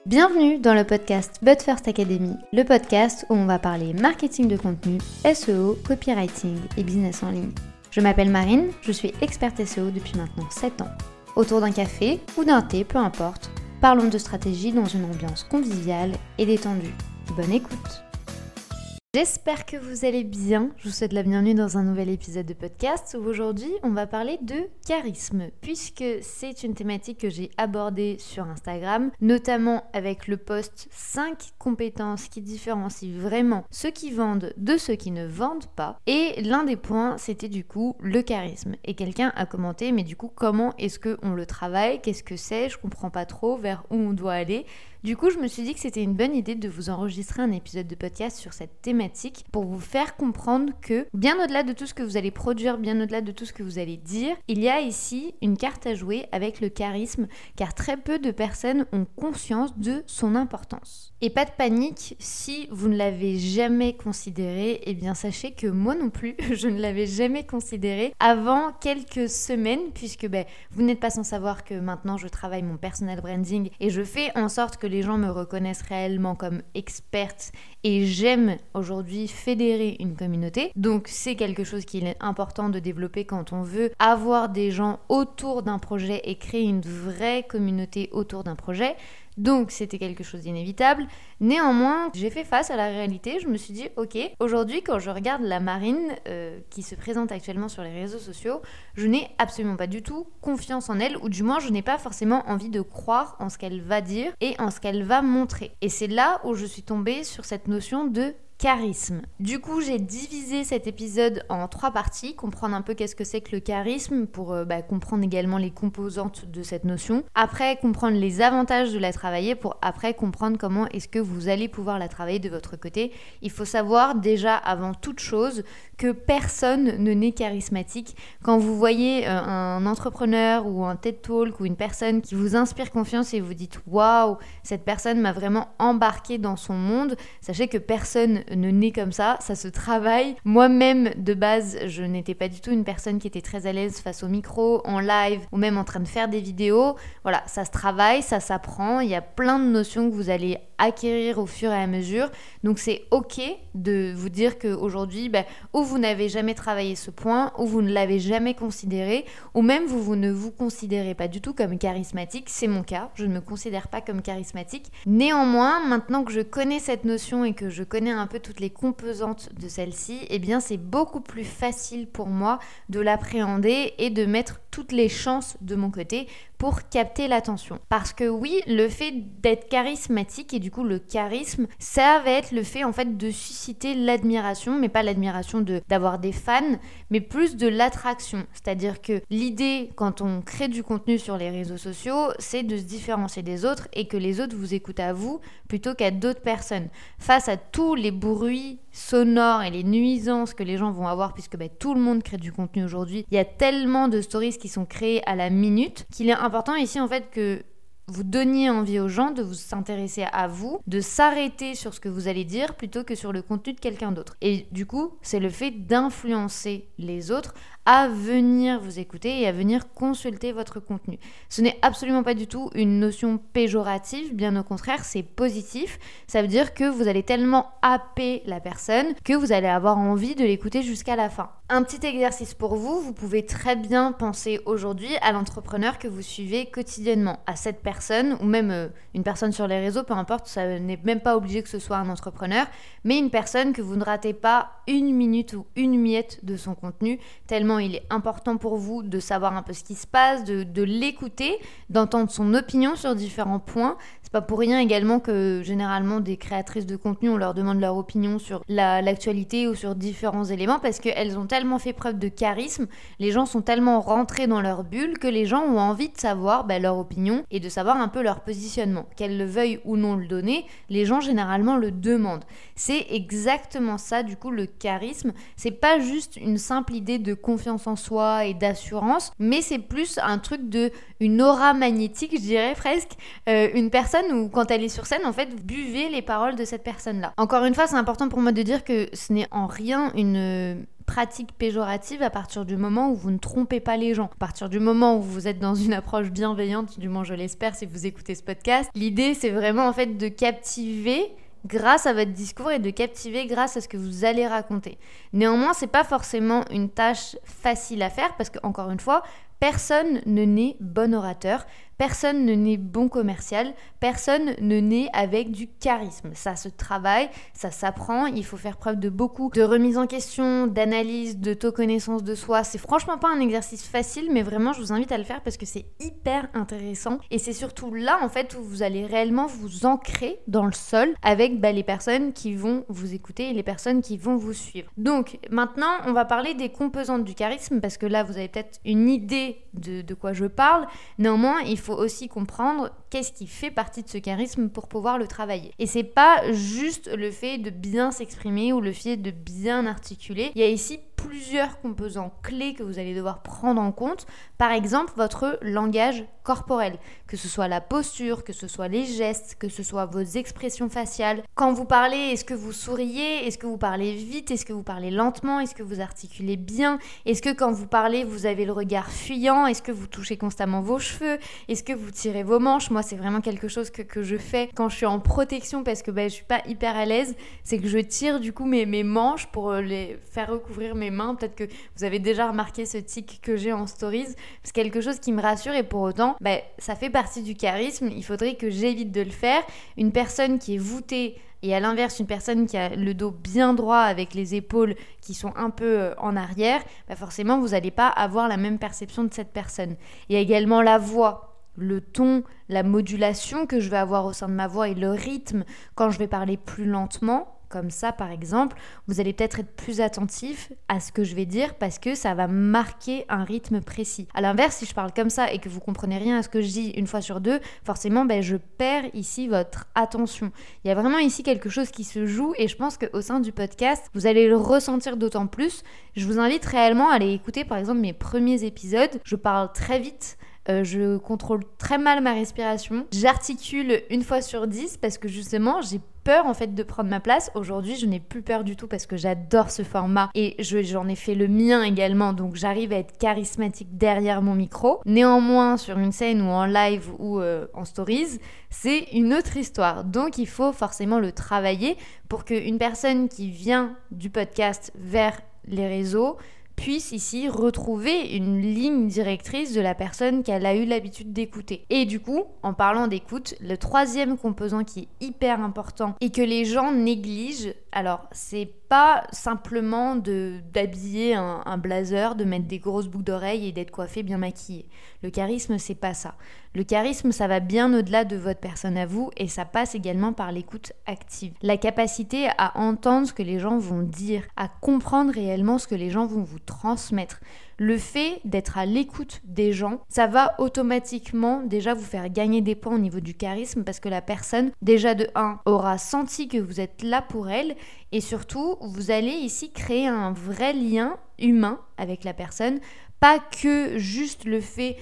Bienvenue dans le podcast But First Academy, le podcast où on va parler marketing de contenu, SEO, copywriting et business en ligne. Je m'appelle Marine, je suis experte SEO depuis maintenant 7 ans. Autour d'un café ou d'un thé, peu importe, parlons de stratégie dans une ambiance conviviale et détendue. Bonne écoute! J'espère que vous allez bien, je vous souhaite la bienvenue dans un nouvel épisode de podcast où aujourd'hui on va parler de charisme puisque c'est une thématique que j'ai abordée sur Instagram, notamment avec le post 5 compétences qui différencient vraiment ceux qui vendent de ceux qui ne vendent pas, et l'un des points c'était du coup le charisme, et quelqu'un a commenté mais du coup comment est-ce qu'on le travaille, qu'est-ce que c'est, je comprends pas trop vers où on doit aller. Du coup, je me suis dit que c'était une bonne idée de vous enregistrer un épisode de podcast sur cette thématique pour vous faire comprendre que, bien au-delà de tout ce que vous allez produire, bien au-delà de tout ce que vous allez dire, il y a ici une carte à jouer avec le charisme, car très peu de personnes ont conscience de son importance. Et pas de panique, si vous ne l'avez jamais considéré, eh bien sachez que moi non plus, je ne l'avais jamais considéré avant quelques semaines, puisque vous n'êtes pas sans savoir que maintenant je travaille mon personal branding et je fais en sorte que les gens me reconnaissent réellement comme experte, et j'aime aujourd'hui fédérer une communauté. Donc c'est quelque chose qu'il est important de développer quand on veut avoir des gens autour d'un projet et créer une vraie communauté autour d'un projet. Donc c'était quelque chose d'inévitable. Néanmoins, j'ai fait face à la réalité. Je me suis dit, ok, aujourd'hui quand je regarde la Marine qui se présente actuellement sur les réseaux sociaux, je n'ai absolument pas du tout confiance en elle, ou du moins je n'ai pas forcément envie de croire en ce qu'elle va dire et en ce qu'elle va montrer. Et c'est là où je suis tombée sur cette notion de charisme. Du coup, j'ai divisé cet épisode en 3 parties, comprendre un peu qu'est-ce que c'est que le charisme pour comprendre également les composantes de cette notion. Après, comprendre les avantages de la travailler pour après comprendre comment est-ce que vous allez pouvoir la travailler de votre côté. Il faut savoir déjà avant toute chose que personne ne naît charismatique. Quand vous voyez un entrepreneur ou un TED Talk ou une personne qui vous inspire confiance et vous dites « Waouh, cette personne m'a vraiment embarqué dans son monde », sachez que personne ne naît comme ça se travaille. Moi-même, de base, je n'étais pas du tout une personne qui était très à l'aise face au micro, en live ou même en train de faire des vidéos. Voilà, ça se travaille, ça s'apprend. Il y a plein de notions que vous allez acquérir au fur et à mesure. Donc c'est ok de vous dire qu'aujourd'hui, ou vous n'avez jamais travaillé ce point, ou vous ne l'avez jamais considéré, ou même vous ne vous considérez pas du tout comme charismatique. C'est mon cas, je ne me considère pas comme charismatique. Néanmoins, maintenant que je connais cette notion et que je connais un peu toutes les composantes de celle-ci, eh bien c'est beaucoup plus facile pour moi de l'appréhender et de mettre toutes les chances de mon côté pour capter l'attention. Parce que oui, le fait d'être charismatique et du coup le charisme, ça va être le fait en fait de susciter l'admiration, mais pas l'admiration d'avoir des fans, mais plus de l'attraction. C'est-à-dire que l'idée quand on crée du contenu sur les réseaux sociaux, c'est de se différencier des autres et que les autres vous écoutent à vous plutôt qu'à d'autres personnes. Face à tous les bruits sonores et les nuisances que les gens vont avoir, puisque tout le monde crée du contenu aujourd'hui, il y a tellement de stories qui sont créées à la minute qu'il est important ici en fait que vous donniez envie aux gens de vous s'intéresser à vous, de s'arrêter sur ce que vous allez dire plutôt que sur le contenu de quelqu'un d'autre. Et du coup, c'est le fait d'influencer les autres à venir vous écouter et à venir consulter votre contenu. Ce n'est absolument pas du tout une notion péjorative, bien au contraire, c'est positif. Ça veut dire que vous allez tellement happer la personne que vous allez avoir envie de l'écouter jusqu'à la fin. Un petit exercice pour vous, vous pouvez très bien penser aujourd'hui à l'entrepreneur que vous suivez quotidiennement, à cette personne ou même une personne sur les réseaux, peu importe, ça n'est même pas obligé que ce soit un entrepreneur, mais une personne que vous ne ratez pas une minute ou une miette de son contenu, tellement il est important pour vous de savoir un peu ce qui se passe, de l'écouter, d'entendre son opinion sur différents points. C'est pas pour rien également que généralement des créatrices de contenu, on leur demande leur opinion sur l'actualité ou sur différents éléments, parce qu'elles ont tellement fait preuve de charisme, les gens sont tellement rentrés dans leur bulle que les gens ont envie de savoir leur opinion et de savoir un peu leur positionnement. Qu'elles le veuillent ou non le donner, les gens généralement le demandent. C'est exactement ça du coup le charisme. C'est pas juste une simple idée de confiance en soi et d'assurance, mais c'est plus un truc une aura magnétique, je dirais presque. Une personne où quand elle est sur scène, en fait, vous buvez les paroles de cette personne-là. Encore une fois, c'est important pour moi de dire que ce n'est en rien une pratique péjorative à partir du moment où vous ne trompez pas les gens. À partir du moment où vous êtes dans une approche bienveillante, du moins je l'espère si vous écoutez ce podcast, l'idée c'est vraiment en fait de captiver grâce à votre discours et de captiver grâce à ce que vous allez raconter. Néanmoins, c'est pas forcément une tâche facile à faire parce que, encore une fois, personne ne naît bon orateur, personne ne naît bon commercial, personne ne naît avec du charisme. Ça se travaille, ça s'apprend, il faut faire preuve de beaucoup de remise en question, d'analyse, d'autoconnaissance de soi. C'est franchement pas un exercice facile, mais vraiment je vous invite à le faire parce que c'est hyper intéressant. Et c'est surtout là en fait où vous allez réellement vous ancrer dans le sol avec les personnes qui vont vous écouter et les personnes qui vont vous suivre. Donc maintenant on va parler des composantes du charisme parce que là vous avez peut-être une idée de quoi je parle. Néanmoins il faut aussi comprendre qu'est-ce qui fait partie de ce charisme pour pouvoir le travailler. Et c'est pas juste le fait de bien s'exprimer ou le fait de bien articuler. Il y a ici plusieurs composants clés que vous allez devoir prendre en compte. Par exemple, votre langage corporel, que ce soit la posture, que ce soit les gestes, que ce soit vos expressions faciales. Quand vous parlez, est-ce que vous souriez? Est-ce que vous parlez vite? Est-ce que vous parlez lentement? Est-ce que vous articulez bien? Est-ce que quand vous parlez, vous avez le regard fuyant? Est-ce que vous touchez constamment vos cheveux? Est-ce que vous tirez vos manches? Moi, c'est vraiment quelque chose que je fais quand je suis en protection parce que je suis pas hyper à l'aise. C'est que je tire du coup mes manches pour les faire recouvrir mes mains. Peut-être que vous avez déjà remarqué ce tic que j'ai en stories. C'est quelque chose qui me rassure et pour autant, ça fait partie du charisme. Il faudrait que j'évite de le faire. Une personne qui est voûtée et à l'inverse, une personne qui a le dos bien droit avec les épaules qui sont un peu en arrière, forcément, vous n'allez pas avoir la même perception de cette personne. Il y a également la voix, le ton, la modulation que je vais avoir au sein de ma voix et le rythme quand je vais parler plus lentement. Comme ça, par exemple, vous allez peut-être être plus attentif à ce que je vais dire parce que ça va marquer un rythme précis. À l'inverse, si je parle comme ça et que vous comprenez rien à ce que je dis une fois sur deux, forcément, je perds ici votre attention. Il y a vraiment ici quelque chose qui se joue et je pense qu'au sein du podcast, vous allez le ressentir d'autant plus. Je vous invite réellement à aller écouter, par exemple, mes premiers épisodes. Je parle très vite. Je contrôle très mal ma respiration. J'articule une fois sur 10 parce que justement, j'ai peur en fait de prendre ma place. Aujourd'hui, je n'ai plus peur du tout parce que j'adore ce format et j'en ai fait le mien également, donc j'arrive à être charismatique derrière mon micro. Néanmoins, sur une scène ou en live ou en stories, c'est une autre histoire. Donc, il faut forcément le travailler pour qu'une personne qui vient du podcast vers les réseaux puisse ici retrouver une ligne directrice de la personne qu'elle a eu l'habitude d'écouter. Et du coup, en parlant d'écoute, le troisième composant qui est hyper important et que les gens négligent, alors c'est pas simplement d'habiller un blazer, de mettre des grosses boucles d'oreilles et d'être coiffé bien maquillé. Le charisme, c'est pas ça. Le charisme, ça va bien au-delà de votre personne à vous et ça passe également par l'écoute active. La capacité à entendre ce que les gens vont dire, à comprendre réellement ce que les gens vont vous transmettre. Le fait d'être à l'écoute des gens, ça va automatiquement déjà vous faire gagner des points au niveau du charisme parce que la personne, déjà de 1, aura senti que vous êtes là pour elle et surtout, vous allez ici créer un vrai lien humain avec la personne, pas que juste le fait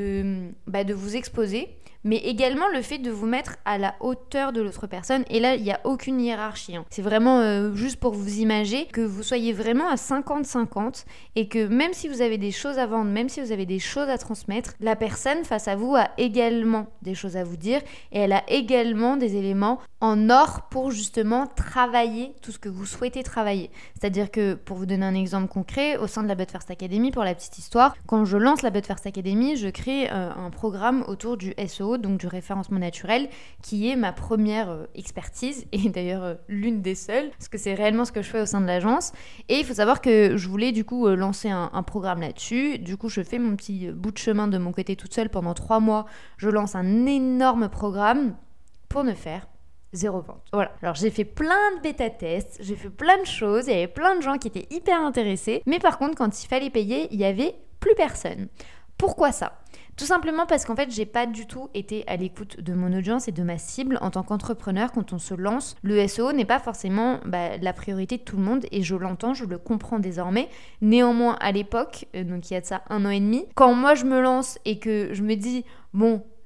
de vous exposer, mais également le fait de vous mettre à la hauteur de l'autre personne. Et là, il n'y a aucune hiérarchie. C'est vraiment juste pour vous imaginer que vous soyez vraiment à 50-50 et que même si vous avez des choses à vendre, même si vous avez des choses à transmettre, la personne face à vous a également des choses à vous dire et elle a également des éléments en or pour justement travailler tout ce que vous souhaitez travailler. C'est-à-dire que, pour vous donner un exemple concret, au sein de la But First Academy, pour la petite histoire, quand je lance la But First Academy, je crée un programme autour du SEO, donc du référencement naturel, qui est ma première expertise et d'ailleurs l'une des seules, parce que c'est réellement ce que je fais au sein de l'agence. Et il faut savoir que je voulais du coup lancer un programme là-dessus. Du coup, je fais mon petit bout de chemin de mon côté toute seule pendant 3 mois. Je lance un énorme programme pour ne faire 0 vente. Voilà. Alors j'ai fait plein de bêta-tests, j'ai fait plein de choses, il y avait plein de gens qui étaient hyper intéressés, mais par contre quand il fallait payer, il y avait plus personne. Pourquoi ça ? Tout simplement parce qu'en fait, j'ai pas du tout été à l'écoute de mon audience et de ma cible. En tant qu'entrepreneur, quand on se lance, le SEO n'est pas forcément la priorité de tout le monde et je l'entends, je le comprends désormais. Néanmoins, à l'époque, donc il y a de ça 1 an et demi, quand moi je me lance et que je me dis, bon,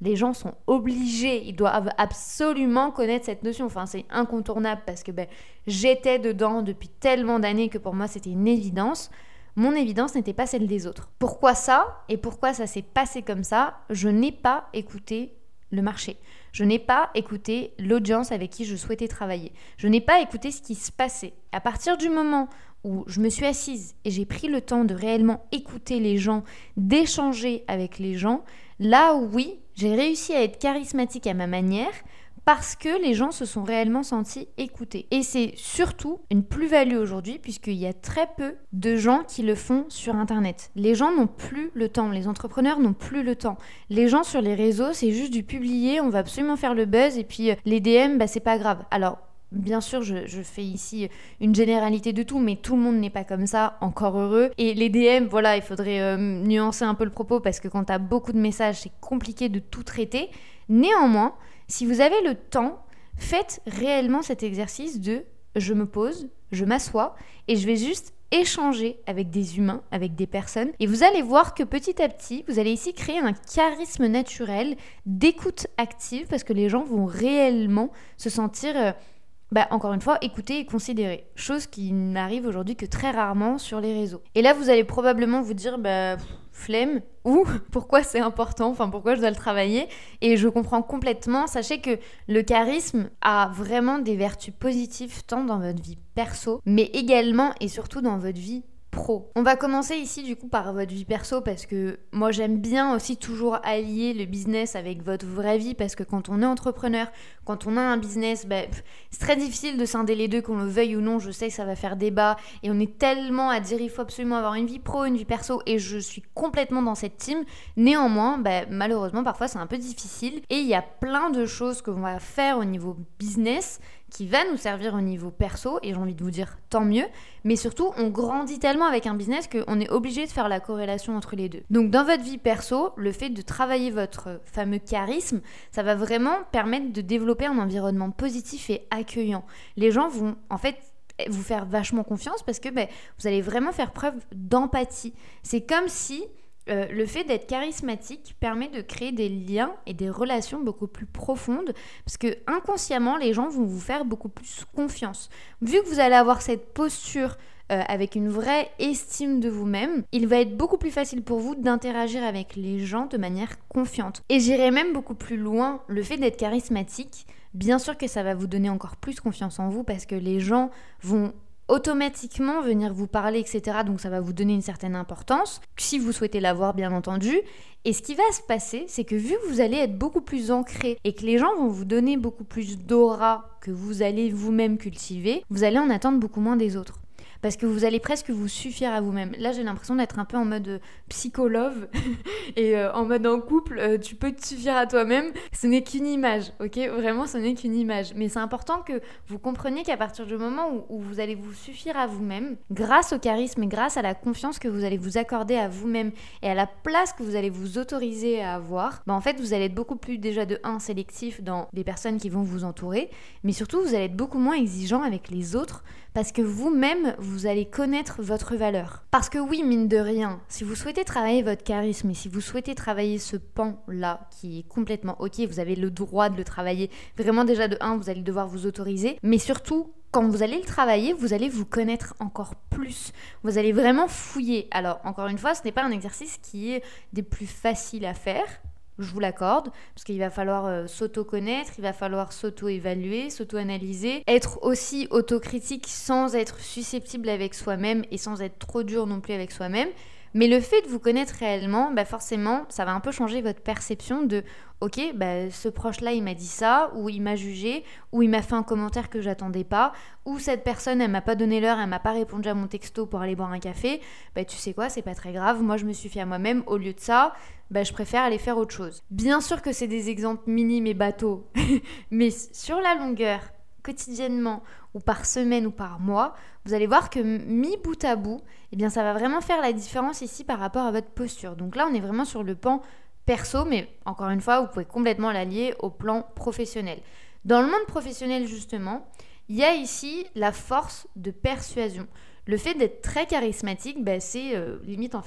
Les gens sont obligés, ils doivent absolument connaître cette notion. Enfin, c'est incontournable parce que j'étais dedans depuis tellement d'années que pour moi, c'était une évidence. Mon évidence n'était pas celle des autres. Pourquoi ça et pourquoi ça s'est passé comme ça? Je n'ai pas écouté le marché. Je n'ai pas écouté l'audience avec qui je souhaitais travailler. Je n'ai pas écouté ce qui se passait. À partir du moment où je me suis assise et j'ai pris le temps de réellement écouter les gens, d'échanger avec les gens, là oui, j'ai réussi à être charismatique à ma manière parce que les gens se sont réellement sentis écoutés. Et c'est surtout une plus-value aujourd'hui puisqu'il y a très peu de gens qui le font sur Internet. Les gens n'ont plus le temps, les entrepreneurs n'ont plus le temps. Les gens sur les réseaux, c'est juste du publier, on va absolument faire le buzz et puis les DM, c'est pas grave. Alors, bien sûr, je fais ici une généralité de tout, mais tout le monde n'est pas comme ça, encore heureux. Et les DM, voilà, il faudrait nuancer un peu le propos parce que quand tu as beaucoup de messages, c'est compliqué de tout traiter. Néanmoins, si vous avez le temps, faites réellement cet exercice de je me pose, je m'assois et je vais juste échanger avec des humains, avec des personnes. Et vous allez voir que petit à petit, vous allez ici créer un charisme naturel d'écoute active parce que les gens vont réellement se sentir... encore une fois, écouter et considérer. Chose qui n'arrive aujourd'hui que très rarement sur les réseaux. Et là, vous allez probablement vous dire, flemme, ou pourquoi c'est important, enfin pourquoi je dois le travailler. Et je comprends complètement. Sachez que le charisme a vraiment des vertus positives tant dans votre vie perso, mais également et surtout dans votre vie pro. On va commencer ici du coup par votre vie perso parce que moi j'aime bien aussi toujours allier le business avec votre vraie vie parce que quand on est entrepreneur, quand on a un business, c'est très difficile de scinder les deux, qu'on le veuille ou non. Je sais que ça va faire débat et on est tellement à dire il faut absolument avoir une vie pro, une vie perso et je suis complètement dans cette team. Néanmoins, malheureusement parfois c'est un peu difficile et il y a plein de choses qu'on va faire au niveau business qui va nous servir au niveau perso, et j'ai envie de vous dire tant mieux, mais surtout on grandit tellement avec un business qu'on est obligé de faire la corrélation entre les deux. Donc dans votre vie perso, le fait de travailler votre fameux charisme, ça va vraiment permettre de développer un environnement positif et accueillant. Les gens vont en fait vous faire vachement confiance parce que vous allez vraiment faire preuve d'empathie. C'est comme si le fait d'être charismatique permet de créer des liens et des relations beaucoup plus profondes parce que inconsciemment les gens vont vous faire beaucoup plus confiance. Vu que vous allez avoir cette posture avec une vraie estime de vous-même, il va être beaucoup plus facile pour vous d'interagir avec les gens de manière confiante. Et j'irai même beaucoup plus loin, le fait d'être charismatique, bien sûr que ça va vous donner encore plus confiance en vous parce que les gens vont automatiquement venir vous parler, etc. Donc ça va vous donner une certaine importance, si vous souhaitez l'avoir bien entendu. Et ce qui va se passer, c'est que vu que vous allez être beaucoup plus ancré et que les gens vont vous donner beaucoup plus d'aura que vous allez vous-même cultiver, vous allez en attendre beaucoup moins des autres. Parce que vous allez presque vous suffire à vous-même. Là, j'ai l'impression d'être un peu en mode psychologue et en mode en couple, tu peux te suffire à toi-même. Ce n'est qu'une image, ok ? Vraiment, ce n'est qu'une image. Mais c'est important que vous compreniez qu'à partir du moment où vous allez vous suffire à vous-même, grâce au charisme et grâce à la confiance que vous allez vous accorder à vous-même et à la place que vous allez vous autoriser à avoir, en fait, vous allez être beaucoup plus déjà de 1 sélectif dans les personnes qui vont vous entourer, mais surtout, vous allez être beaucoup moins exigeant avec les autres parce que vous-même, vous allez connaître votre valeur. Parce que oui, mine de rien, si vous souhaitez travailler votre charisme et si vous souhaitez travailler ce pan-là qui est complètement ok, vous avez le droit de le travailler. Vraiment déjà de 1, vous allez devoir vous autoriser. Mais surtout, quand vous allez le travailler, vous allez vous connaître encore plus. Vous allez vraiment fouiller. Alors, encore une fois, ce n'est pas un exercice qui est des plus faciles à faire. Je vous l'accorde, parce qu'il va falloir s'auto-connaître, il va falloir s'auto-évaluer, s'auto-analyser, être aussi autocritique sans être susceptible avec soi-même et sans être trop dur non plus avec soi-même. Mais le fait de vous connaître réellement, forcément, ça va un peu changer votre perception de « Ok, ce proche-là, il m'a dit ça, ou il m'a jugé, ou il m'a fait un commentaire que j'attendais pas, ou cette personne, elle m'a pas donné l'heure, elle m'a pas répondu à mon texto pour aller boire un café. Tu sais quoi, c'est pas très grave, moi je me suis fait à moi-même, au lieu de ça, je préfère aller faire autre chose. » Bien sûr que c'est des exemples minimes et bateaux, mais sur la longueur, quotidiennement ou par semaine ou par mois, vous allez voir que mis bout à bout, ça va vraiment faire la différence ici par rapport à votre posture. Donc là, on est vraiment sur le pan perso, mais encore une fois, vous pouvez complètement l'allier au plan professionnel. Dans le monde professionnel, justement, il y a ici la force de persuasion. Le fait d'être très charismatique, c'est limite en fait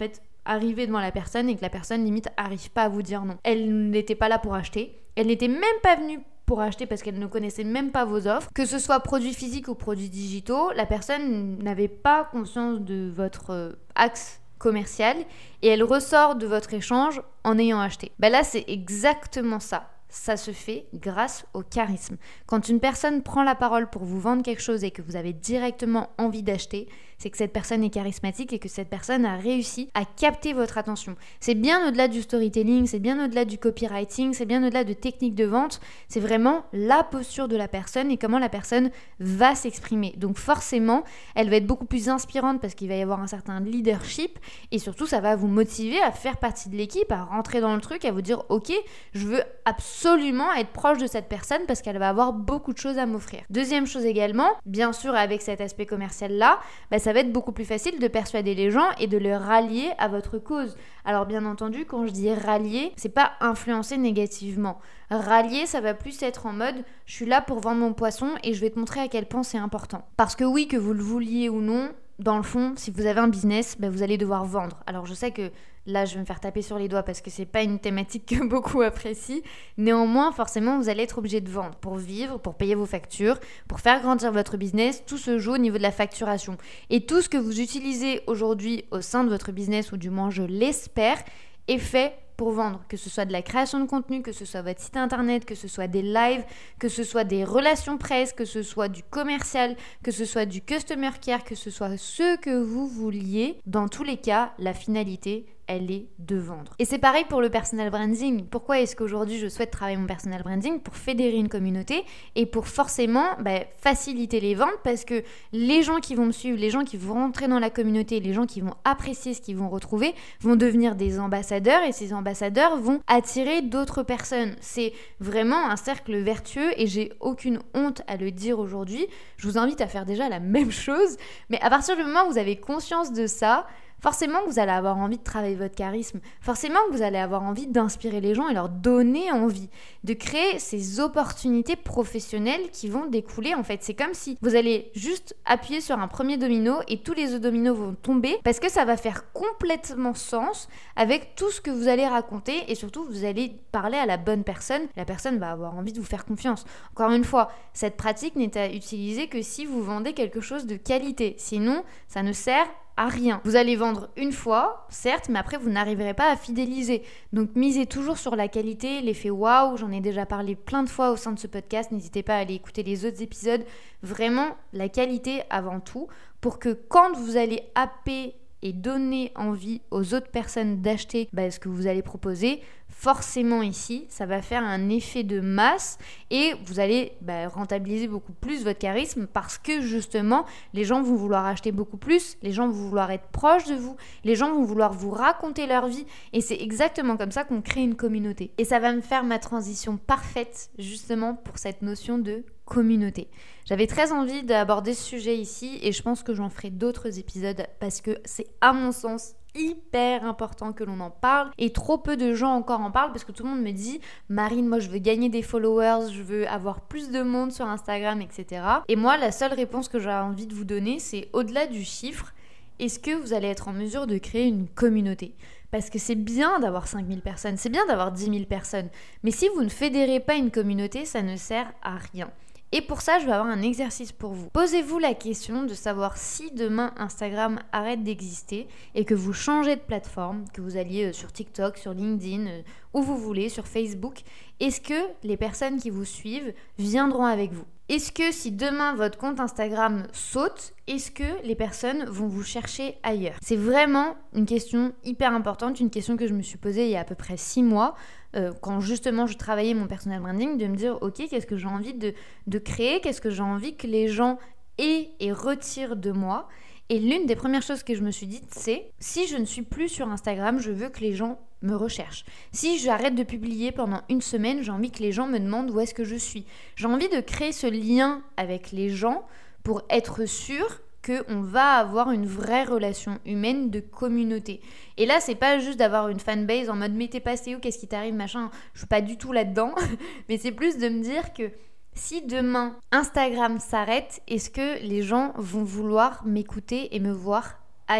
arriver devant la personne et que la personne limite arrive pas à vous dire non. Elle n'était pas là pour acheter, elle n'était même pas venue pour acheter parce qu'elle ne connaissait même pas vos offres. Que ce soit produits physiques ou produits digitaux, la personne n'avait pas conscience de votre axe commercial et elle ressort de votre échange en ayant acheté. Là, c'est exactement ça. Ça se fait grâce au charisme. Quand une personne prend la parole pour vous vendre quelque chose et que vous avez directement envie d'acheter, c'est que cette personne est charismatique et que cette personne a réussi à capter votre attention. C'est bien au-delà du storytelling, c'est bien au-delà du copywriting, c'est bien au-delà de techniques de vente, c'est vraiment la posture de la personne et comment la personne va s'exprimer. Donc forcément, elle va être beaucoup plus inspirante parce qu'il va y avoir un certain leadership et surtout, ça va vous motiver à faire partie de l'équipe, à rentrer dans le truc, à vous dire « Ok, je veux absolument être proche de cette personne parce qu'elle va avoir beaucoup de choses à m'offrir. » Deuxième chose également, bien sûr avec cet aspect commercial-là, ça va être beaucoup plus facile de persuader les gens et de les rallier à votre cause. Alors bien entendu, quand je dis rallier, c'est pas influencer négativement. Rallier, ça va plus être en mode je suis là pour vendre mon poisson et je vais te montrer à quel point c'est important. Parce que oui, que vous le vouliez ou non, dans le fond, si vous avez un business, vous allez devoir vendre. Alors je sais que là, je vais me faire taper sur les doigts parce que c'est pas une thématique que beaucoup apprécient. Néanmoins, forcément, vous allez être obligé de vendre pour vivre, pour payer vos factures, pour faire grandir votre business. Tout se joue au niveau de la facturation. Et tout ce que vous utilisez aujourd'hui au sein de votre business, ou du moins je l'espère, est fait pour vendre, que ce soit de la création de contenu, que ce soit votre site internet, que ce soit des lives, que ce soit des relations presse, que ce soit du commercial, que ce soit du customer care, que ce soit ce que vous vouliez. Dans tous les cas, la finalité, elle est de vendre. Et c'est pareil pour le personal branding. Pourquoi est-ce qu'aujourd'hui je souhaite travailler mon personal branding? Pour fédérer une communauté et pour forcément faciliter les ventes, parce que les gens qui vont me suivre, les gens qui vont rentrer dans la communauté, les gens qui vont apprécier ce qu'ils vont retrouver, vont devenir des ambassadeurs et ces ambassadeurs vont attirer d'autres personnes. C'est vraiment un cercle vertueux et j'ai aucune honte à le dire aujourd'hui. Je vous invite à faire déjà la même chose, mais à partir du moment où vous avez conscience de ça, forcément que vous allez avoir envie de travailler votre charisme, forcément que vous allez avoir envie d'inspirer les gens et leur donner envie, de créer ces opportunités professionnelles qui vont découler. En fait, c'est comme si vous allez juste appuyer sur un premier domino et tous les autres dominos vont tomber parce que ça va faire complètement sens avec tout ce que vous allez raconter et surtout vous allez parler à la bonne personne. La personne va avoir envie de vous faire confiance. Encore une fois, cette pratique n'est à utiliser que si vous vendez quelque chose de qualité. Sinon, ça ne sert à rien. Vous allez vendre une fois, certes, mais après vous n'arriverez pas à fidéliser. Donc misez toujours sur la qualité, l'effet waouh, j'en ai déjà parlé plein de fois au sein de ce podcast, n'hésitez pas à aller écouter les autres épisodes. Vraiment, la qualité avant tout, pour que quand vous allez happer et donner envie aux autres personnes d'acheter ce que vous allez proposer, forcément ici, ça va faire un effet de masse et vous allez rentabiliser beaucoup plus votre charisme parce que justement, les gens vont vouloir acheter beaucoup plus, les gens vont vouloir être proches de vous, les gens vont vouloir vous raconter leur vie et c'est exactement comme ça qu'on crée une communauté. Et ça va me faire ma transition parfaite justement pour cette notion de communauté. J'avais très envie d'aborder ce sujet ici et je pense que j'en ferai d'autres épisodes parce que c'est à mon sens hyper important que l'on en parle et trop peu de gens encore en parlent parce que tout le monde me dit Marine, moi je veux gagner des followers, je veux avoir plus de monde sur Instagram, etc. Et moi la seule réponse que j'ai envie de vous donner c'est au-delà du chiffre, est-ce que vous allez être en mesure de créer une communauté ? Parce que c'est bien d'avoir 5000 personnes, c'est bien d'avoir 10 000 personnes, mais si vous ne fédérez pas une communauté, ça ne sert à rien. Et pour ça, je vais avoir un exercice pour vous. Posez-vous la question de savoir si demain Instagram arrête d'exister et que vous changez de plateforme, que vous alliez sur TikTok, sur LinkedIn, où vous voulez, sur Facebook, est-ce que les personnes qui vous suivent viendront avec vous ? Est-ce que si demain votre compte Instagram saute, est-ce que les personnes vont vous chercher ailleurs ? C'est vraiment une question hyper importante, une question que je me suis posée il y a à peu près 6 mois, quand justement je travaillais mon personal branding, de me dire ok, qu'est-ce que j'ai envie de créer, qu'est-ce que j'ai envie que les gens aient et retirent de moi. Et l'une des premières choses que je me suis dites, c'est si je ne suis plus sur Instagram, je veux que les gens me recherchent. Si j'arrête de publier pendant une semaine, j'ai envie que les gens me demandent où est-ce que je suis. J'ai envie de créer ce lien avec les gens pour être sûr qu'on va avoir une vraie relation humaine de communauté. Et là, c'est pas juste d'avoir une fanbase en mode mais t'es passé où, qu'est-ce qui t'arrive, machin. Je suis pas du tout là-dedans, mais c'est plus de me dire que si demain Instagram s'arrête, est-ce que les gens vont vouloir m'écouter et me voir ailleurs ?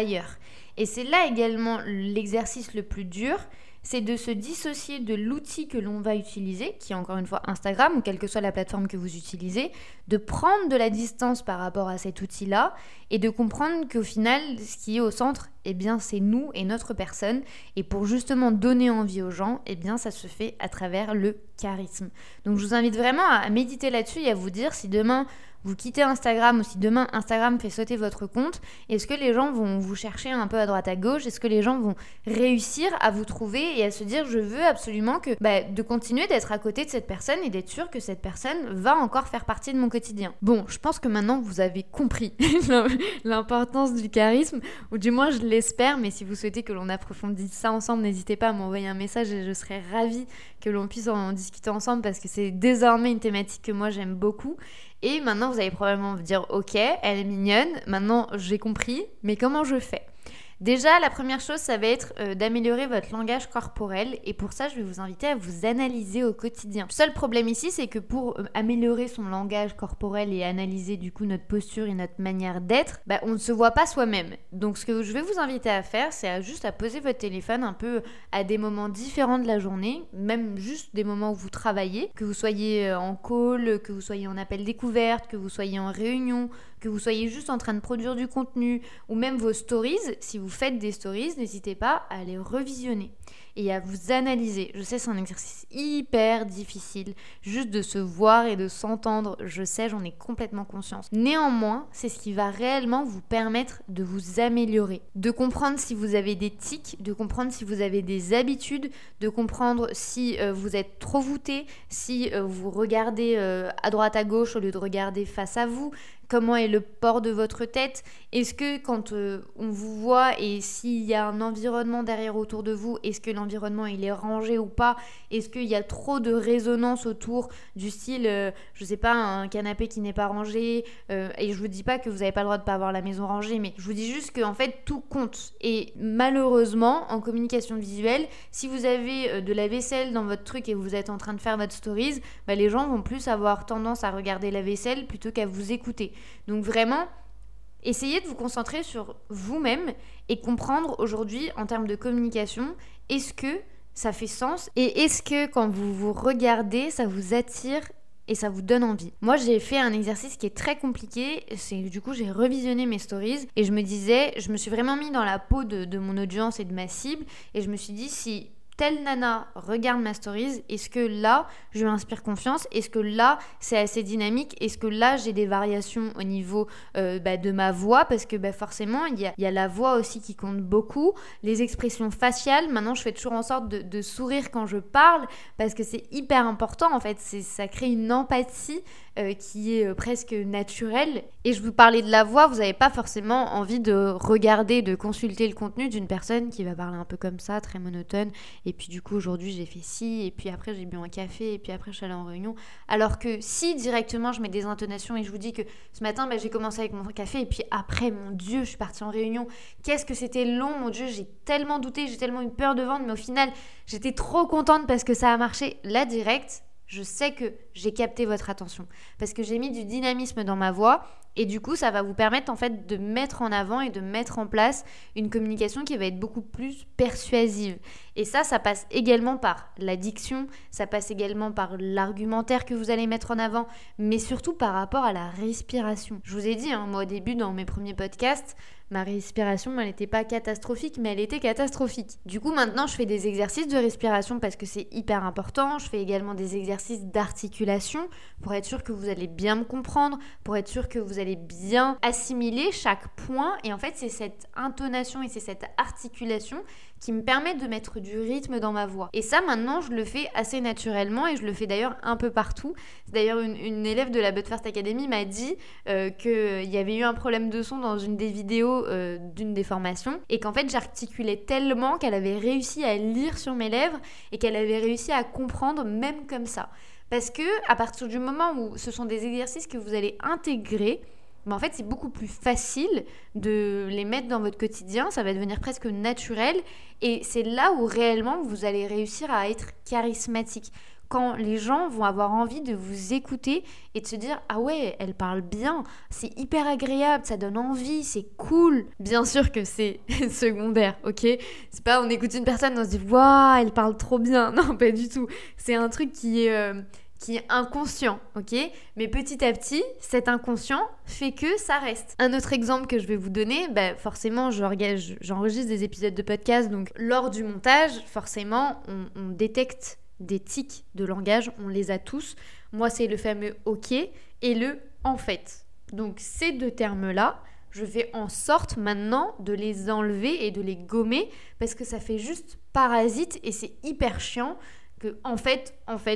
Et c'est là également l'exercice le plus dur, c'est de se dissocier de l'outil que l'on va utiliser, qui est encore une fois Instagram ou quelle que soit la plateforme que vous utilisez, de prendre de la distance par rapport à cet outil-là et de comprendre qu'au final, ce qui est au centre, eh bien, c'est nous et notre personne. Et pour justement donner envie aux gens, eh bien, ça se fait à travers le charisme. Donc, je vous invite vraiment à méditer là-dessus et à vous dire si demain, vous quittez Instagram ou si demain Instagram fait sauter votre compte, est-ce que les gens vont vous chercher un peu à droite à gauche? Est-ce que les gens vont réussir à vous trouver et à se dire je veux absolument que de continuer d'être à côté de cette personne et d'être sûr que cette personne va encore faire partie de mon quotidien. Bon, je pense que maintenant vous avez compris l'importance du charisme, ou du moins je l'espère, mais si vous souhaitez que l'on approfondisse ça ensemble, n'hésitez pas à m'envoyer un message et je serais ravie que l'on puisse en discuter ensemble parce que c'est désormais une thématique que moi j'aime beaucoup. Et maintenant, vous allez probablement vous dire « Ok, elle est mignonne, maintenant j'ai compris, mais comment je fais ?» Déjà, la première chose, ça va être d'améliorer votre langage corporel et pour ça, je vais vous inviter à vous analyser au quotidien. Le seul problème ici, c'est que pour améliorer son langage corporel et analyser du coup notre posture et notre manière d'être, on ne se voit pas soi-même. Donc ce que je vais vous inviter à faire, c'est juste à poser votre téléphone un peu à des moments différents de la journée, même juste des moments où vous travaillez, que vous soyez en call, que vous soyez en appel découverte, que vous soyez en réunion, que vous soyez juste en train de produire du contenu ou même vos stories. Si vous faites des stories, n'hésitez pas à les revisionner et à vous analyser. Je sais, c'est un exercice hyper difficile, juste de se voir et de s'entendre. Je sais, j'en ai complètement conscience. Néanmoins, c'est ce qui va réellement vous permettre de vous améliorer, de comprendre si vous avez des tics, de comprendre si vous avez des habitudes, de comprendre si vous êtes trop voûté, si vous regardez à droite à gauche au lieu de regarder face à vous. Comment est le port de votre tête? Est-ce que quand on vous voit et s'il y a un environnement derrière autour de vous, est-ce que l'environnement il est rangé ou pas? Est-ce qu'il y a trop de résonance autour du style, je sais pas, un canapé qui n'est pas rangé? Et je vous dis pas que vous n'avez pas le droit de pas avoir la maison rangée, mais je vous dis juste qu'en fait tout compte. Et malheureusement, en communication visuelle, si vous avez de la vaisselle dans votre truc et vous êtes en train de faire votre stories, les gens vont plus avoir tendance à regarder la vaisselle plutôt qu'à vous écouter. Donc vraiment, essayez de vous concentrer sur vous-même et comprendre aujourd'hui en termes de communication, est-ce que ça fait sens et est-ce que quand vous vous regardez, ça vous attire et ça vous donne envie. Moi, j'ai fait un exercice qui est très compliqué, du coup j'ai revisionné mes stories et je me suis vraiment mis dans la peau de mon audience et de ma cible et je me suis dit si telle nana regarde ma stories, est-ce que là, je lui inspire confiance? Est-ce que là, c'est assez dynamique? Est-ce que là, j'ai des variations au niveau de ma voix? Parce que forcément, il y a la voix aussi qui compte beaucoup. Les expressions faciales, maintenant, je fais toujours en sorte de sourire quand je parle parce que c'est hyper important. En fait, ça crée une empathie qui est presque naturelle. Et je vous parlais de la voix, vous n'avez pas forcément envie de regarder, de consulter le contenu d'une personne qui va parler un peu comme ça, très monotone. Et puis du coup, aujourd'hui, j'ai fait ci, et puis après, j'ai bu un café, et puis après, je suis allée en réunion. Alors que si directement, je mets des intonations et je vous dis que ce matin, j'ai commencé avec mon café, et puis après, mon Dieu, je suis partie en réunion. Qu'est-ce que c'était long, mon Dieu, j'ai tellement douté, j'ai tellement eu peur de vendre, mais au final, j'étais trop contente parce que ça a marché. Là, direct, je sais que j'ai capté votre attention parce que j'ai mis du dynamisme dans ma voix et du coup ça va vous permettre en fait de mettre en avant et de mettre en place une communication qui va être beaucoup plus persuasive et ça passe également par la diction, ça passe également par l'argumentaire que vous allez mettre en avant mais surtout par rapport à la respiration. Je vous ai dit, moi au début dans mes premiers podcasts, ma respiration, elle n'était pas catastrophique, mais elle était catastrophique. Du coup, maintenant, je fais des exercices de respiration parce que c'est hyper important. Je fais également des exercices d'articulation pour être sûr que vous allez bien me comprendre, pour être sûr que vous allez bien assimiler chaque point. Et en fait, c'est cette intonation et c'est cette articulation qui me permet de mettre du rythme dans ma voix. Et ça, maintenant, je le fais assez naturellement et je le fais d'ailleurs un peu partout. D'ailleurs, une élève de la But First Academy m'a dit qu'il y avait eu un problème de son dans une des vidéos d'une des formations et qu'en fait, j'articulais tellement qu'elle avait réussi à lire sur mes lèvres et qu'elle avait réussi à comprendre même comme ça. Parce que à partir du moment où ce sont des exercices que vous allez intégrer, mais en fait c'est beaucoup plus facile de les mettre dans votre quotidien, ça va devenir presque naturel et c'est là où réellement vous allez réussir à être charismatique. Quand les gens vont avoir envie de vous écouter et de se dire « Ah ouais, elle parle bien, c'est hyper agréable, ça donne envie, c'est cool ». Bien sûr que c'est secondaire, ok ? C'est pas on écoute une personne et on se dit « Waouh, elle parle trop bien ». Non, pas du tout. C'est un truc qui est inconscient, ok ? Mais petit à petit, cet inconscient fait que ça reste. Un autre exemple que je vais vous donner, forcément, j'enregistre des épisodes de podcast, donc lors du montage, forcément, on détecte des tics de langage, on les a tous. Moi, c'est le fameux « ok » et le « en fait ». Donc, ces deux termes-là, je fais en sorte maintenant de les enlever et de les gommer parce que ça fait juste parasite et c'est hyper chiant que en fait,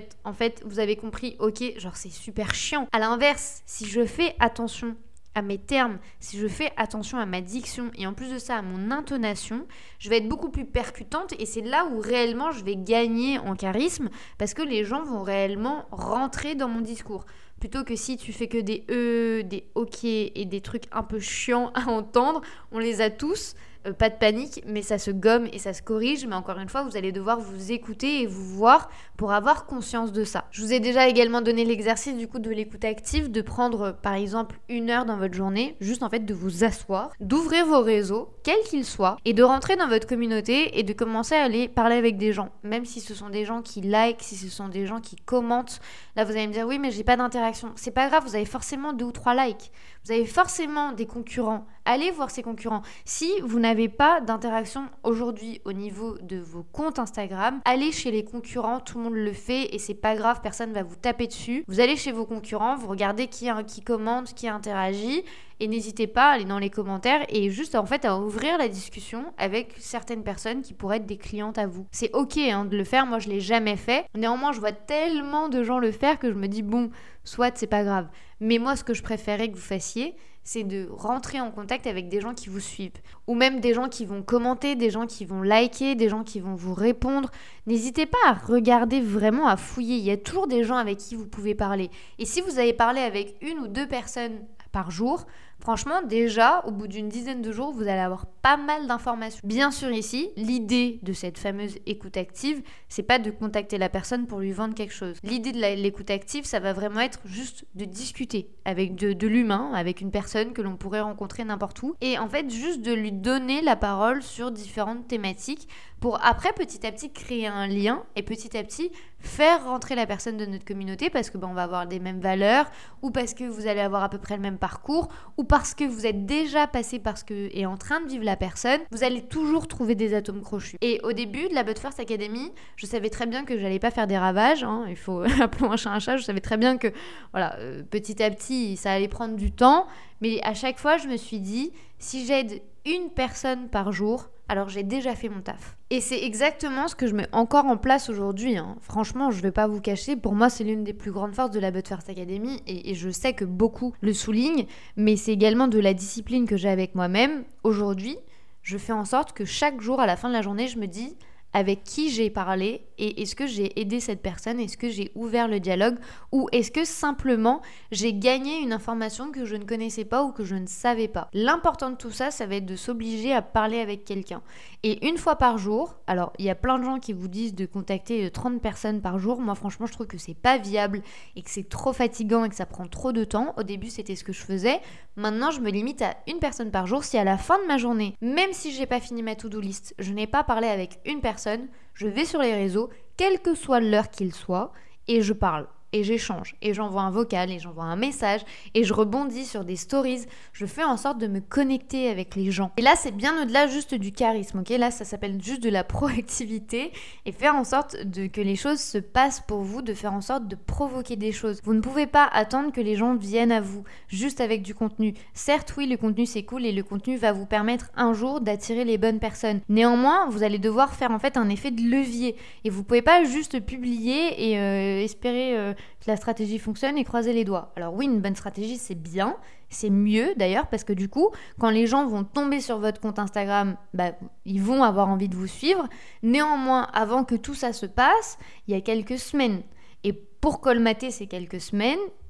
vous avez compris, ok, genre c'est super chiant. À l'inverse, si je fais attention à mes termes, si je fais attention à ma diction et en plus de ça à mon intonation, je vais être beaucoup plus percutante et c'est là où réellement je vais gagner en charisme parce que les gens vont réellement rentrer dans mon discours. Plutôt que si tu fais que des des ok et des trucs un peu chiants à entendre, on les a tous. Pas de panique, mais ça se gomme et ça se corrige. Mais encore une fois, vous allez devoir vous écouter et vous voir pour avoir conscience de ça. Je vous ai déjà également donné l'exercice du coup de l'écoute active, de prendre par exemple 1 heure dans votre journée, juste en fait de vous asseoir, d'ouvrir vos réseaux, quels qu'ils soient, et de rentrer dans votre communauté et de commencer à aller parler avec des gens. Même si ce sont des gens qui likent, si ce sont des gens qui commentent. Là, vous allez me dire oui, mais j'ai pas d'interaction. C'est pas grave, vous avez forcément 2 ou 3 likes. Vous avez forcément des concurrents. Allez voir ces concurrents. Si vous n'avez pas d'interaction aujourd'hui au niveau de vos comptes Instagram, allez chez les concurrents, tout le monde le fait et c'est pas grave, personne ne va vous taper dessus. Vous allez chez vos concurrents, vous regardez qui commente, qui interagit et n'hésitez pas à aller dans les commentaires et juste en fait à ouvrir la discussion avec certaines personnes qui pourraient être des clientes à vous. C'est ok de le faire, moi je l'ai jamais fait. Néanmoins, je vois tellement de gens le faire que je me dis bon, soit c'est pas grave. Mais moi, ce que je préférais que vous fassiez, c'est de rentrer en contact avec des gens qui vous suivent. Ou même des gens qui vont commenter, des gens qui vont liker, des gens qui vont vous répondre. N'hésitez pas à regarder vraiment, à fouiller. Il y a toujours des gens avec qui vous pouvez parler. Et si vous avez parlé avec 1 ou 2 personnes par jour, franchement, déjà, au bout d'une dizaine de jours, vous allez avoir pas mal d'informations. Bien sûr, ici, l'idée de cette fameuse écoute active, c'est pas de contacter la personne pour lui vendre quelque chose. L'idée de l'écoute active, ça va vraiment être juste de discuter avec de l'humain, avec une personne que l'on pourrait rencontrer n'importe où. Et en fait, juste de lui donner la parole sur différentes thématiques pour après, petit à petit, créer un lien et petit à petit, faire rentrer la personne de notre communauté parce que on va avoir des mêmes valeurs ou parce que vous allez avoir à peu près le même parcours ou parce que vous êtes déjà passé par ce que est en train de vivre la personne, vous allez toujours trouver des atomes crochus. Et au début de la But First Academy, je savais très bien que j'allais pas faire des ravages, il faut appeler un chat, je savais très bien que voilà, petit à petit, ça allait prendre du temps, mais à chaque fois, je me suis dit, si j'aide une personne par jour, alors j'ai déjà fait mon taf. Et c'est exactement ce que je mets encore en place aujourd'hui. Franchement, je ne vais pas vous cacher, pour moi c'est l'une des plus grandes forces de la But First Academy et je sais que beaucoup le soulignent, mais c'est également de la discipline que j'ai avec moi-même. Aujourd'hui, je fais en sorte que chaque jour à la fin de la journée, je me dis avec qui j'ai parlé et est-ce que j'ai aidé cette personne, est-ce que j'ai ouvert le dialogue ou est-ce que simplement j'ai gagné une information que je ne connaissais pas ou que je ne savais pas. L'important de tout ça, ça va être de s'obliger à parler avec quelqu'un. Et 1 fois par jour, alors il y a plein de gens qui vous disent de contacter 30 personnes par jour, moi franchement je trouve que c'est pas viable et que c'est trop fatigant et que ça prend trop de temps. Au début c'était ce que je faisais, maintenant je me limite à 1 personne par jour. Si à la fin de ma journée, même si j'ai pas fini ma to-do list, je n'ai pas parlé avec une personne, je vais sur les réseaux, quelle que soit l'heure qu'il soit, et je parle. Et j'échange, et j'envoie un vocal, et j'envoie un message, et je rebondis sur des stories, je fais en sorte de me connecter avec les gens. Et là, c'est bien au-delà juste du charisme, ok ? Là, ça s'appelle juste de la proactivité, et faire en sorte que les choses se passent pour vous, de faire en sorte de provoquer des choses. Vous ne pouvez pas attendre que les gens viennent à vous, juste avec du contenu. Certes, oui, le contenu c'est cool, et le contenu va vous permettre un jour d'attirer les bonnes personnes. Néanmoins, vous allez devoir faire en fait un effet de levier, et vous pouvez pas juste publier et espérer... que la stratégie fonctionne et croiser les doigts. Alors oui, une bonne stratégie, c'est bien, c'est mieux d'ailleurs, parce que du coup, quand les gens vont tomber sur votre compte Instagram, ils vont avoir envie de vous suivre. Néanmoins, avant que tout ça se passe, il y a quelques semaines. Et pour colmater ces quelques semaines,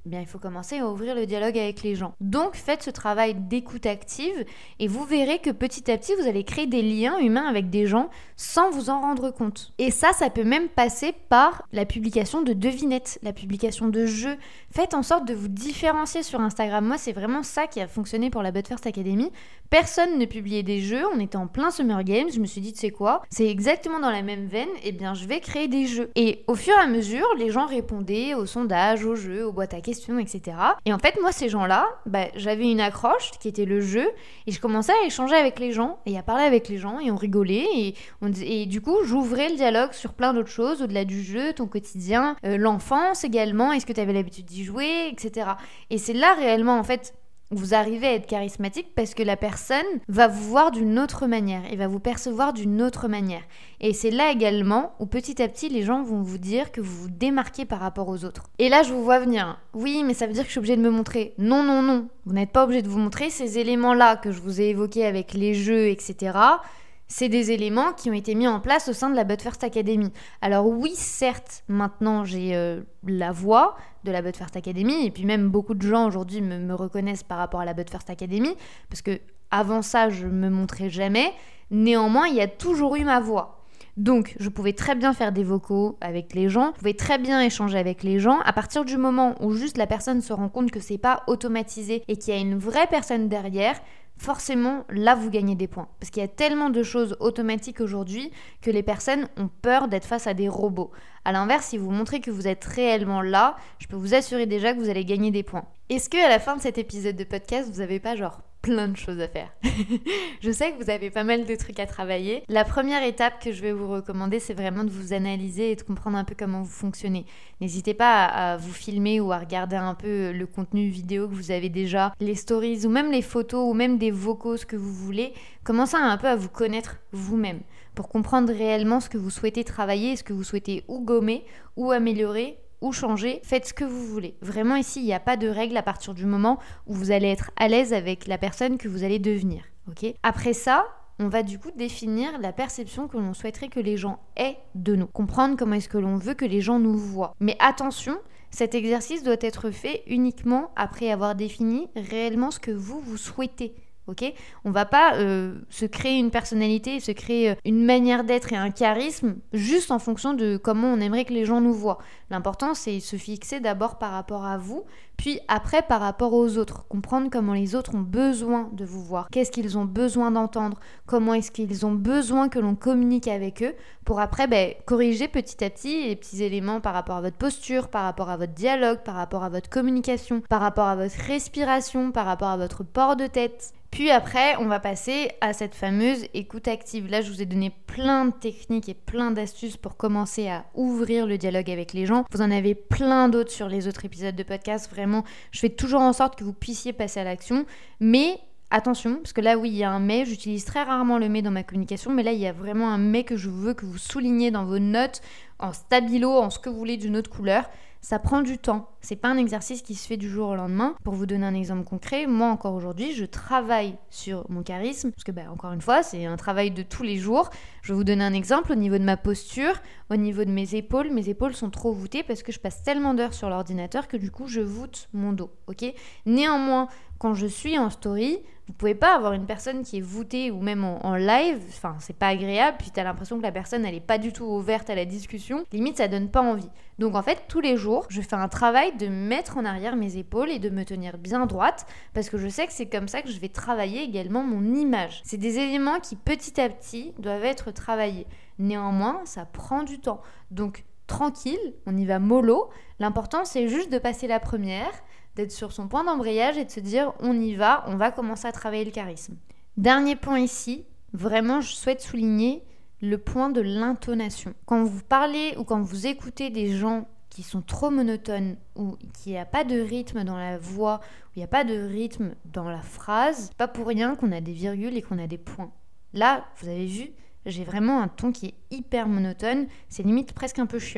bien, il faut commencer à ouvrir le dialogue avec les gens. Donc, faites ce travail d'écoute active et vous verrez que petit à petit, vous allez créer des liens humains avec des gens sans vous en rendre compte. Et ça peut même passer par la publication de devinettes, la publication de jeux. Faites en sorte de vous différencier sur Instagram. Moi, c'est vraiment ça qui a fonctionné pour la But First Academy. Personne ne publiait des jeux, on était en plein Summer Games, je me suis dit, tu sais quoi, c'est exactement dans la même veine, eh bien, je vais créer des jeux. Et au fur et à mesure, les gens répondaient aux sondages, aux jeux, aux boîtes à questions, etc. Et en fait, moi, ces gens-là, j'avais une accroche qui était le jeu, et je commençais à échanger avec les gens, et à parler avec les gens, et on rigolait, et du coup, j'ouvrais le dialogue sur plein d'autres choses, au-delà du jeu, ton quotidien, l'enfance également, est-ce que tu avais l'habitude d'y jouer, etc. Et c'est là réellement, en fait, vous arrivez à être charismatique parce que la personne va vous voir d'une autre manière et va vous percevoir d'une autre manière. Et c'est là également où petit à petit, les gens vont vous dire que vous vous démarquez par rapport aux autres. Et là, je vous vois venir. Oui, mais ça veut dire que je suis obligée de me montrer. Non, non, non. Vous n'êtes pas obligé de vous montrer. Ces éléments-là que je vous ai évoqués avec les jeux, etc., c'est des éléments qui ont été mis en place au sein de la But First Academy. Alors oui, certes, maintenant j'ai la voix de la But First Academy, et puis même beaucoup de gens aujourd'hui me reconnaissent par rapport à la But First Academy, parce que avant ça, je me montrais jamais. Néanmoins, il y a toujours eu ma voix. Donc, je pouvais très bien faire des vocaux avec les gens, je pouvais très bien échanger avec les gens. À partir du moment où juste la personne se rend compte que c'est pas automatisé et qu'il y a une vraie personne derrière, forcément, là, vous gagnez des points. Parce qu'il y a tellement de choses automatiques aujourd'hui que les personnes ont peur d'être face à des robots. À l'inverse, si vous montrez que vous êtes réellement là, je peux vous assurer déjà que vous allez gagner des points. Est-ce qu'à la fin de cet épisode de podcast, vous n'avez pas plein de choses à faire? Je sais que vous avez pas mal de trucs à travailler. La première étape que je vais vous recommander, c'est vraiment de vous analyser et de comprendre un peu comment vous fonctionnez. N'hésitez pas à vous filmer ou à regarder un peu le contenu vidéo que vous avez déjà, les stories ou même les photos ou même des vocaux, ce que vous voulez. Commencez un peu à vous connaître vous-même pour comprendre réellement ce que vous souhaitez travailler, ce que vous souhaitez ou gommer ou améliorer ou changer, faites ce que vous voulez. Vraiment ici, il n'y a pas de règle à partir du moment où vous allez être à l'aise avec la personne que vous allez devenir. Okay ? Après ça, on va du coup définir la perception que l'on souhaiterait que les gens aient de nous. Comprendre comment est-ce que l'on veut que les gens nous voient. Mais attention, cet exercice doit être fait uniquement après avoir défini réellement ce que vous souhaitez. Okay ? On va pas se créer une personnalité, se créer une manière d'être et un charisme juste en fonction de comment on aimerait que les gens nous voient. L'important, c'est se fixer d'abord par rapport à vous, puis après par rapport aux autres. Comprendre comment les autres ont besoin de vous voir. Qu'est-ce qu'ils ont besoin d'entendre? Comment est-ce qu'ils ont besoin que l'on communique avec eux pour après corriger petit à petit les petits éléments par rapport à votre posture, par rapport à votre dialogue, par rapport à votre communication, par rapport à votre respiration, par rapport à votre port de tête. Puis après, on va passer à cette fameuse écoute active. Là, je vous ai donné plein de techniques et plein d'astuces pour commencer à ouvrir le dialogue avec les gens. Vous en avez plein d'autres sur les autres épisodes de podcast. Vraiment, je fais toujours en sorte que vous puissiez passer à l'action. Mais attention, parce que là, oui, il y a un mais. J'utilise très rarement le mais dans ma communication. Mais là, il y a vraiment un mais que je veux que vous souligniez dans vos notes, en stabilo, en ce que vous voulez d'une autre couleur. Ça prend du temps. C'est pas un exercice qui se fait du jour au lendemain. Pour vous donner un exemple concret, moi encore aujourd'hui, je travaille sur mon charisme parce que encore une fois, c'est un travail de tous les jours. Je vais vous donner un exemple au niveau de ma posture, au niveau de mes épaules. Mes épaules sont trop voûtées parce que je passe tellement d'heures sur l'ordinateur que du coup, je voûte mon dos. Ok ? Néanmoins, quand je suis en story, vous pouvez pas avoir une personne qui est voûtée ou même en live, enfin c'est pas agréable, puis t'as l'impression que la personne elle est pas du tout ouverte à la discussion, limite ça donne pas envie. Donc en fait tous les jours je fais un travail de mettre en arrière mes épaules et de me tenir bien droite parce que je sais que c'est comme ça que je vais travailler également mon image. C'est des éléments qui petit à petit doivent être travaillés. Néanmoins ça prend du temps, donc tranquille, on y va mollo, l'important c'est juste de passer la première, d'être sur son point d'embrayage et de se dire on y va, on va commencer à travailler le charisme. Dernier point ici, vraiment je souhaite souligner le point de l'intonation. Quand vous parlez ou quand vous écoutez des gens qui sont trop monotones ou qu'il n'y a pas de rythme dans la voix, ou il n'y a pas de rythme dans la phrase, c'est pas pour rien qu'on a des virgules et qu'on a des points. Là, vous avez vu, j'ai vraiment un ton qui est hyper monotone, c'est limite presque un peu chiant.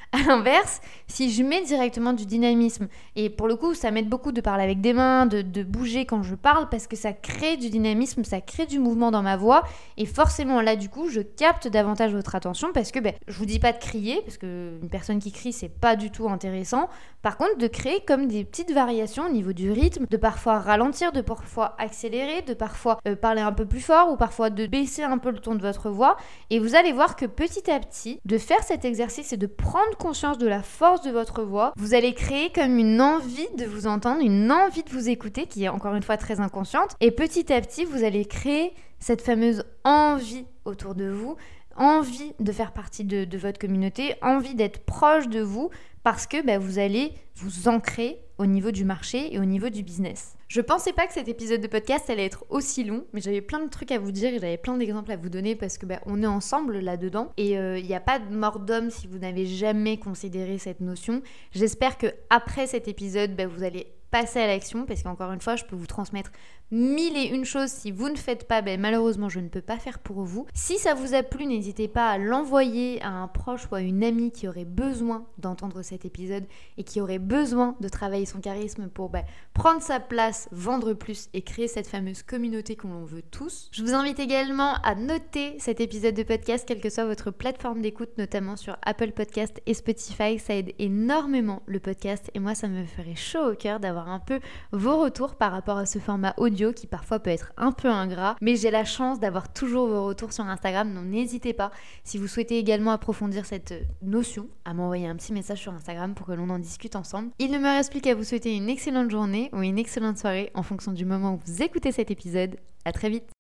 À l'inverse, si je mets directement du dynamisme, et pour le coup, ça m'aide beaucoup de parler avec des mains, de bouger quand je parle, parce que ça crée du dynamisme, ça crée du mouvement dans ma voix, et forcément là, du coup, je capte davantage votre attention, parce que je vous dis pas de crier, parce qu'une personne qui crie, c'est pas du tout intéressant. Par contre, de créer comme des petites variations au niveau du rythme, de parfois ralentir, de parfois accélérer, de parfois parler un peu plus fort, ou parfois de baisser un peu le ton de votre voix, et vous allez voir que petit à petit, de faire cet exercice et de prendre conscience de la force de votre voix, vous allez créer comme une envie de vous entendre, une envie de vous écouter qui est encore une fois très inconsciente, et petit à petit vous allez créer cette fameuse envie autour de vous, envie de faire partie de votre communauté, envie d'être proche de vous, parce que vous allez vous ancrer au niveau du marché et au niveau du business. Je pensais pas que cet épisode de podcast allait être aussi long, mais j'avais plein de trucs à vous dire et j'avais plein d'exemples à vous donner parce que on est ensemble là-dedans et il n'y a pas de mort d'homme si vous n'avez jamais considéré cette notion. J'espère que après cet épisode, vous allez passer à l'action parce qu'encore une fois, je peux vous transmettre 1001 choses. Si vous ne faites pas, malheureusement, je ne peux pas faire pour vous. Si ça vous a plu, n'hésitez pas à l'envoyer à un proche ou à une amie qui aurait besoin d'entendre cet épisode et qui aurait besoin de travailler son charisme pour prendre sa place, vendre plus et créer cette fameuse communauté qu'on veut tous. Je vous invite également à noter cet épisode de podcast, quelle que soit votre plateforme d'écoute, notamment sur Apple Podcast et Spotify. Ça aide énormément le podcast et moi, ça me ferait chaud au cœur d'avoir un peu vos retours par rapport à ce format audio qui parfois peut être un peu ingrat, mais j'ai la chance d'avoir toujours vos retours sur Instagram, donc n'hésitez pas, si vous souhaitez également approfondir cette notion, à m'envoyer un petit message sur Instagram pour que l'on en discute ensemble. Il ne me reste plus qu'à vous souhaiter une excellente journée ou une excellente soirée en fonction du moment où vous écoutez cet épisode. À très vite.